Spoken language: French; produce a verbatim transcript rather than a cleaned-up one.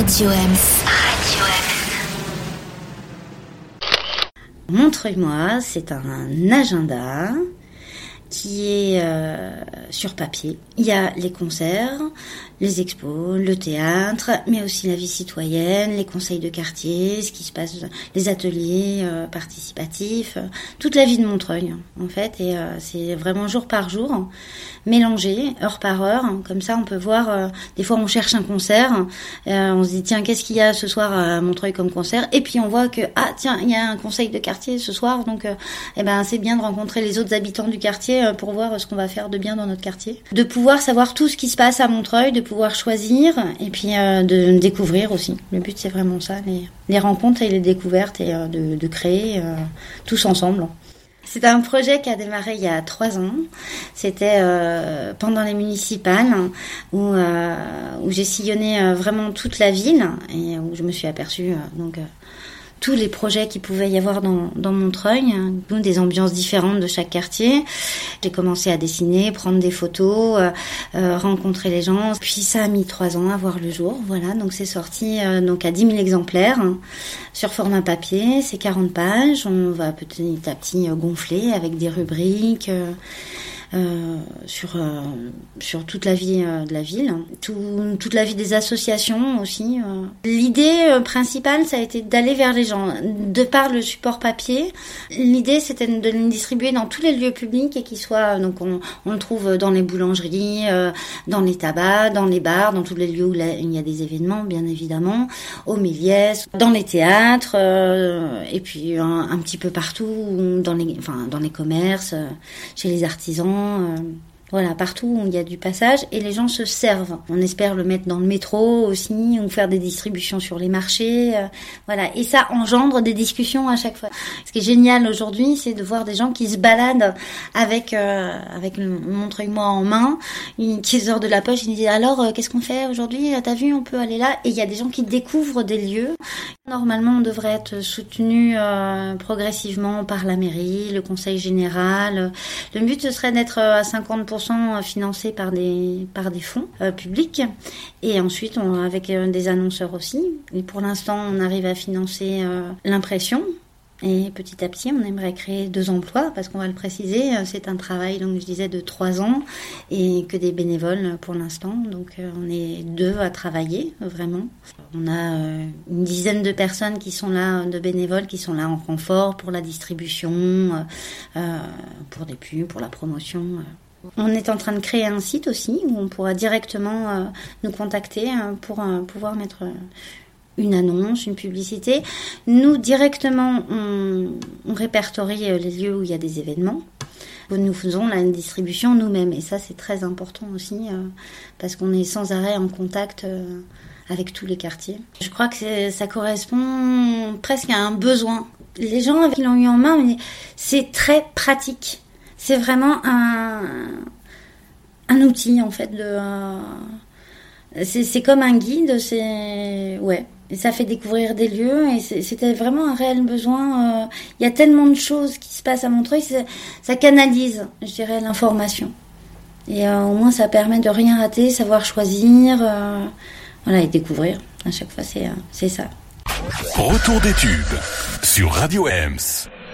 Radio Ems. Radio Ems. Montreuil-moi, c'est un agenda qui est euh, sur papier. Il y a les concerts, les expos, le théâtre, mais aussi la vie citoyenne, les conseils de quartier, ce qui se passe, les ateliers euh, participatifs, euh, toute la vie de Montreuil, en fait. Et euh, c'est vraiment jour par jour, mélangé, heure par heure. Comme ça, on peut voir, euh, des fois on cherche un concert, euh, on se dit, tiens, qu'est-ce qu'il y a ce soir à Montreuil comme concert? Et puis on voit que, ah tiens, il y a un conseil de quartier ce soir, donc euh, eh ben, c'est bien de rencontrer les autres habitants du quartier euh, pour voir ce qu'on va faire de bien dans notre quartier. De pouvoir savoir tout ce qui se passe à Montreuil, de pouvoir choisir et puis euh, de découvrir aussi. Le but, c'est vraiment ça, les, les rencontres et les découvertes et euh, de, de créer euh, tous ensemble. C'est un projet qui a démarré il y a trois ans. C'était euh, pendant les municipales où, euh, où j'ai sillonné euh, vraiment toute la ville et où je me suis aperçue euh, donc euh, tous les projets qu'il pouvait y avoir dans, dans Montreuil, hein, des ambiances différentes de chaque quartier. J'ai commencé à dessiner, prendre des photos, euh, euh, rencontrer les gens. Puis ça a mis trois ans à voir le jour. Voilà, donc c'est sorti euh, donc à dix mille exemplaires hein, sur format papier. C'est quarante pages. On va petit à petit euh, gonfler avec des rubriques. Euh, Euh, sur euh, sur toute la vie euh, de la ville, tout, toute la vie des associations aussi. Euh. L'idée euh, principale, ça a été d'aller vers les gens. De par le support papier, l'idée c'était de le distribuer dans tous les lieux publics et qu'il soit, donc on, on le trouve dans les boulangeries, euh, dans les tabacs, dans les bars, dans tous les lieux où là, il y a des événements, bien évidemment, au Méliès, dans les théâtres, euh, et puis un, un petit peu partout, dans les, enfin dans les commerces, euh, chez les artisans. Euh, voilà, partout où il y a du passage et les gens se servent. On espère le mettre dans le métro aussi ou faire des distributions sur les marchés. Euh, voilà, et ça engendre des discussions à chaque fois. Ce qui est génial aujourd'hui, c'est de voir des gens qui se baladent avec euh, avec le Montreuil-moi en main, qui sortent de la poche, ils disent alors euh, qu'est-ce qu'on fait aujourd'hui? T'as vu, on peut aller là. Et il y a des gens qui découvrent des lieux. Normalement, on devrait être soutenu euh, progressivement par la mairie, le conseil général. Le but, ce serait d'être à cinquante pour cent financé par des par des fonds euh, publics et ensuite on, avec euh, des annonceurs aussi. Et pour l'instant, on arrive à financer euh, l'impression. Et petit à petit, on aimerait créer deux emplois, parce qu'on va le préciser, c'est un travail, donc je disais, de trois ans, et que des bénévoles pour l'instant. Donc on est deux à travailler, vraiment. On a une dizaine de personnes qui sont là, de bénévoles, qui sont là en renfort pour la distribution, euh, pour des pubs, pour la promotion. On est en train de créer un site aussi, où on pourra directement euh, nous contacter euh, pour euh, pouvoir mettre... Euh, une annonce, une publicité. Nous, directement, on, on répertorie les lieux où il y a des événements. Nous faisons la distribution nous-mêmes. Et ça, c'est très important aussi, euh, parce qu'on est sans arrêt en contact euh, avec tous les quartiers. Je crois que c'est, ça correspond presque à un besoin. Les gens qui l'ont eu en main, c'est très pratique. C'est vraiment un, un outil, en fait, de... Euh, c'est, c'est comme un guide, c'est... Ouais. Et ça fait découvrir des lieux et c'était vraiment un réel besoin. Il y a tellement de choses qui se passent à Montreuil, ça canalise, je dirais, l'information. Et euh, au moins, ça permet de rien rater, savoir choisir, euh, voilà, et découvrir. À chaque fois, c'est, c'est ça. Retour des tubes sur Radio Ems.